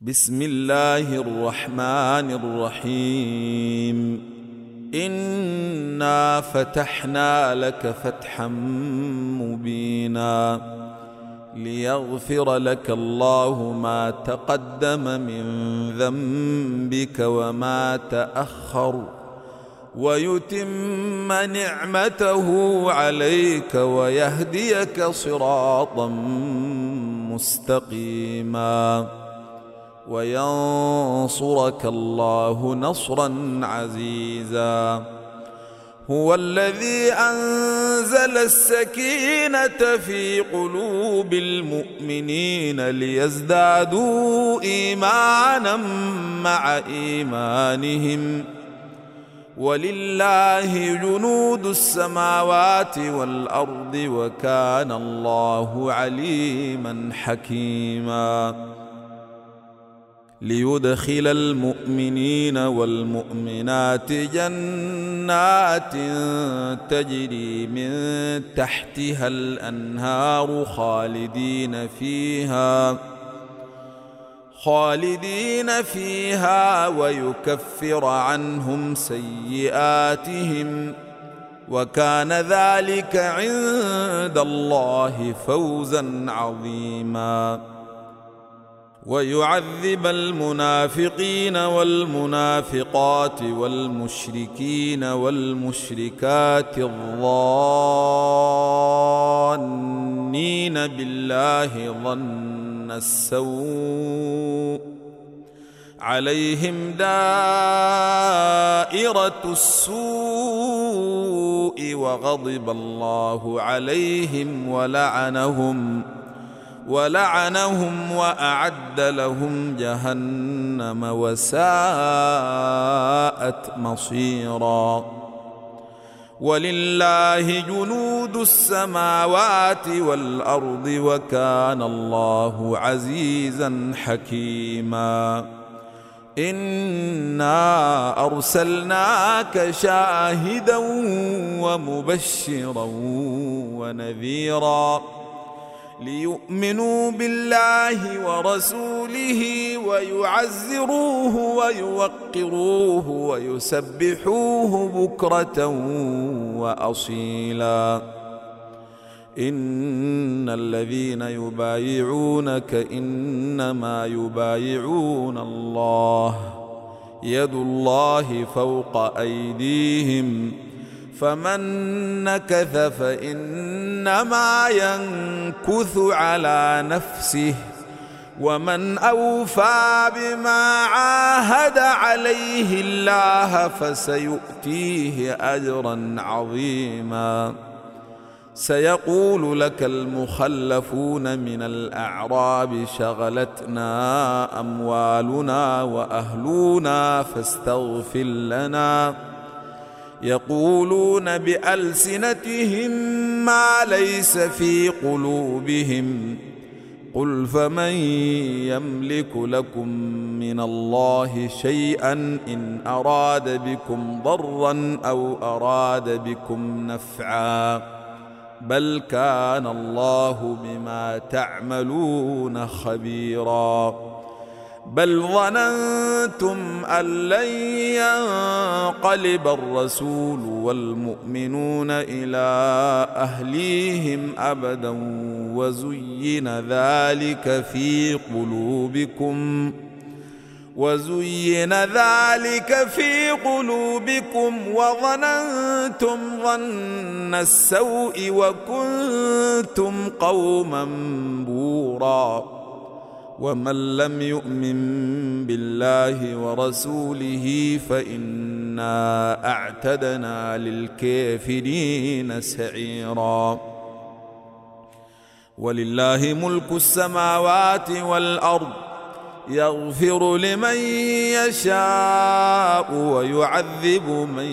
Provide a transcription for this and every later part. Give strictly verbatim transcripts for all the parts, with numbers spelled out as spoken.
بسم الله الرحمن الرحيم. إنا فتحنا لك فتحا مبينا ليغفر لك الله ما تقدم من ذنبك وما تأخر ويتم نعمته عليك ويهديك صراطا مستقيما وينصرك الله نصرا عزيزا. هو الذي أنزل السكينة في قلوب المؤمنين ليزدادوا إيمانا مع إيمانهم ولله جنود السماوات والأرض وكان الله عليما حكيما. ليدخل المؤمنين والمؤمنات جنات تجري من تحتها الأنهار خالدين فيها خالدين فيها ويكفر عنهم سيئاتهم وكان ذلك عند الله فوزا عظيما. ويعذب المنافقين والمنافقات والمشركين والمشركات الظانين بالله ظن السوء عليهم دائرة السوء وغضب الله عليهم ولعنهم ولعنهم وأعد لهم جهنم وساءت مصيرا. ولله جنود السماوات والأرض وكان الله عزيزا حكيما. إنا أرسلناك شاهدا ومبشرا ونذيرا ليؤمنوا بالله ورسوله ويعزروه ويوقروه ويسبحوه بكرة وأصيلا. إن الذين يبايعونك إنما يبايعون الله يد الله فوق أيديهم فمن نكث فإنما ينكث على نفسه ومن أوفى بما عاهد عليه الله فسيؤتيه أجرا عظيما. سيقول لك المخلفون من الأعراب شغلتنا أموالنا وأهلنا فاستغفر لنا يقولون بألسنتهم ما ليس في قلوبهم قل فمن يملك لكم من الله شيئا إن أراد بكم ضرا أو أراد بكم نفعا بل كان الله بما تعملون خبيرا. بل ظننتم أن لن ينقلب الرسول والمؤمنون إلى أهليهم أبدا وزين ذلك في قلوبكم وزين ذلك في قلوبكم وظننتم ظن السوء وكنتم قوما بورا. ومن لم يؤمن بالله ورسوله فإنا أعتدنا للكافرين سعيرا. ولله ملك السماوات والأرض يغفر لمن يشاء ويعذب من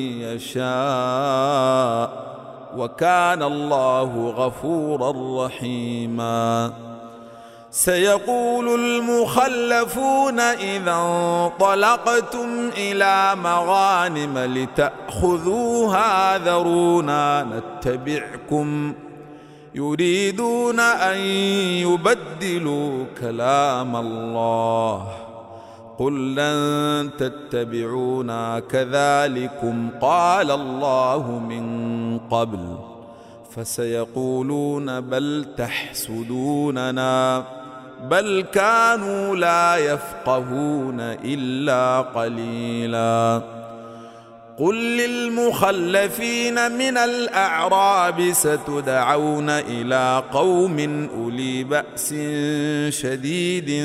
يشاء وكان الله غفورا رحيما. سيقول المخلفون إذا انطلقتم إلى مغانم لتأخذوها ذرونا نتبعكم يريدون أن يبدلوا كلام الله قل لن تتبعونا كذلكم قال الله من قبل فسيقولون بل تحسدوننا بل كانوا لا يفقهون إلا قليلا. قل للمخلفين من الأعراب ستدعون إلى قوم أولي بأس شديد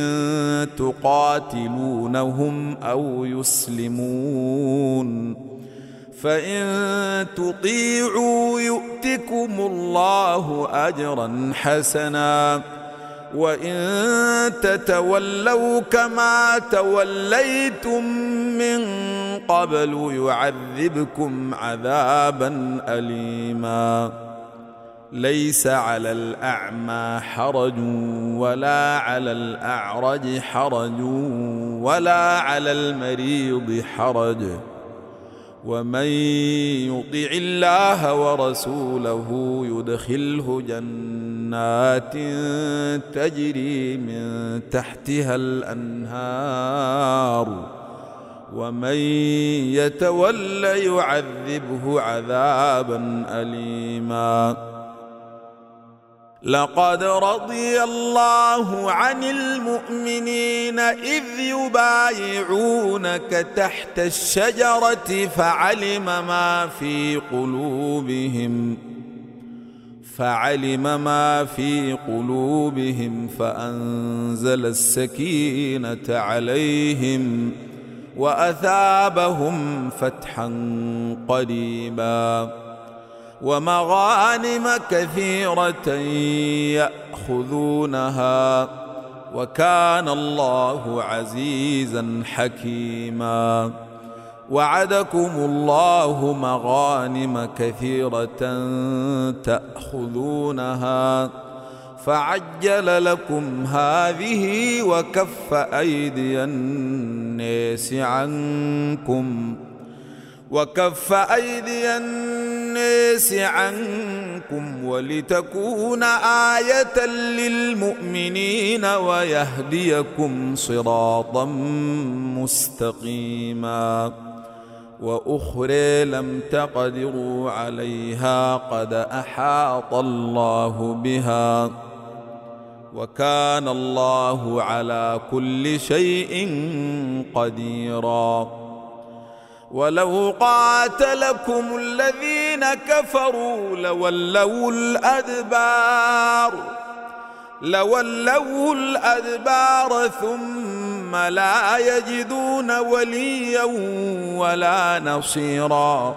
تقاتلونهم أو يسلمون فإن تطيعوا يؤتكم الله أجرا حسنا وإن تتولوا كما توليتم من قبل يعذبكم عذابا أليما. ليس على الأعمى حرج ولا على الأعرج حرج ولا على المريض حرج ومن يطع الله ورسوله يدخله جنات تجري من تحتها الأنهار ومن يتول يعذبه عذابا أليما. لقد رضي الله عن المؤمنين إذ يبايعونك تحت الشجرة فعلم ما في قلوبهم فعلم ما في قلوبهم فأنزل السكينة عليهم وأثابهم فتحا قريبا ومغانم كثيرة يأخذونها وكان الله عزيزا حكيما. وعدكم الله مغانم كثيرة تأخذونها فعجل لكم هذه وكف أيدي الناس عنكم وكف أيدي الناس عنكم ولتكون آية للمؤمنين ويهديكم صراطا مستقيما. وأخرى لم تقدروا عليها قد أحاط الله بها وكان الله على كل شيء قديرا. ولو قاتلكم الذين كفروا لولوا الأدبار لولوا الأدبار ثم لا يجدون وليا ولا نصيرا.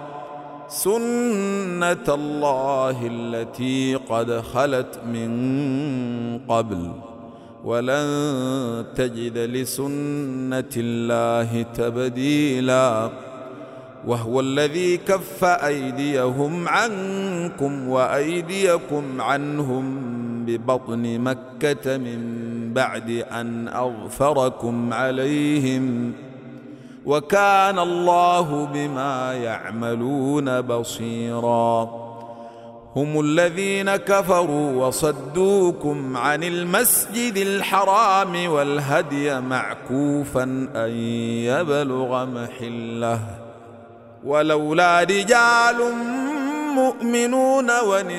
سنة الله التي قد خلت من قبل ولن تجد لسنة الله تبديلا. وهو الذي كف أيديهم عنكم وأيديكم عنهم ببطن مكة من بعد أن أظفركم عليهم وكان الله بما يعملون بصيرا. هم الذين كفروا وصدوكم عن المسجد الحرام والهدي معكوفا أن يبلغ محله ولولا رجال مؤمنون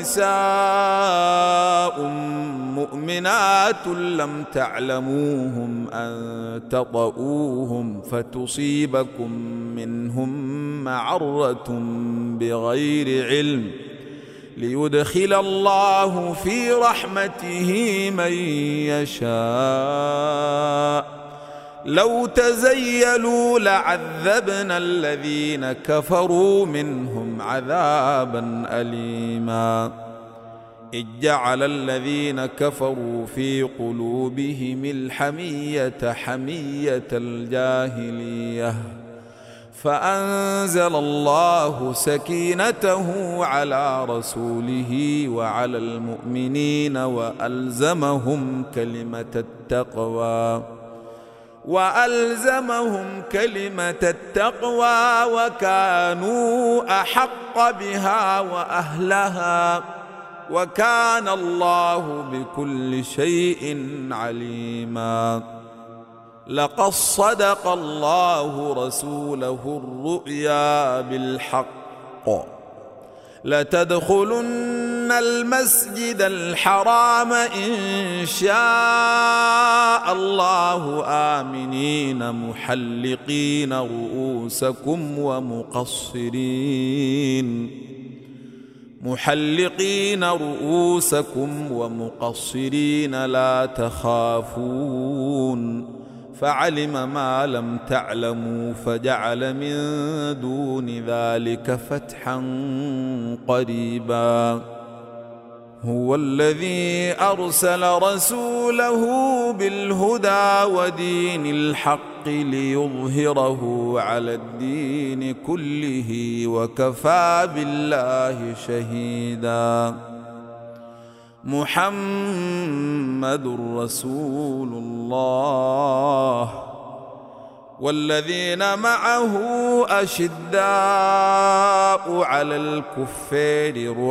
ونساء مؤمنات لم تعلموهم أن تطؤوهم فتصيبكم منهم معرة بغير علم ليدخل الله في رحمته من يشاء. لو تزيلوا لعذبنا الذين كفروا منهم عذابا أليما. إذ جعل الذين كفروا في قلوبهم الحمية حمية الجاهلية فأنزل الله سكينته على رسوله وعلى المؤمنين وألزمهم كلمة التقوى وألزمهم كلمة التقوى وكانوا أحق بها وأهلها وكان الله بكل شيء عليما. لقد صدق الله رسوله الرؤيا بالحق لتدخلن المسجد الحرام إن شاء الله آمنين محلقين رؤوسكم ومقصرين محلقين رؤوسكم ومقصرين لا تخافون فعلم ما لم تعلموا فجعل من دون ذلك فتحا قريبا. هو الذي أرسل رسوله بالهدى ودين الحق ليظهره على الدين كله وكفى بالله شهيدا. محمد رسول الله والذين معه أشداء على الكفار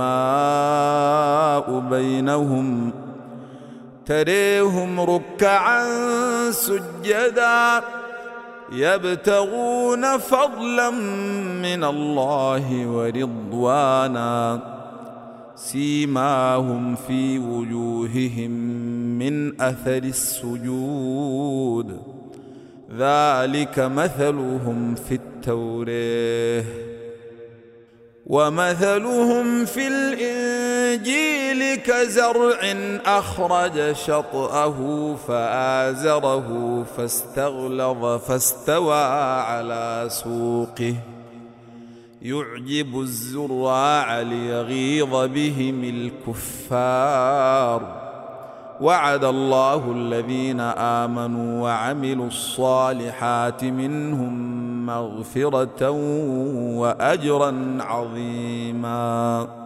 رحماء بينهم تريهم ركعا سجدا يبتغون فضلا من الله ورضوانا سيماهم في وجوههم من أثر السجود ذلك مثلهم في التوراة ومثلهم في الإنجيل كزرع أخرج شطأه فآزره فاستغلظ فاستوى على سوقه يعجب الزراع ليغيظ بهم الكفار. وعد الله الذين آمنوا وعملوا الصالحات منهم مغفرة وأجرا عظيما.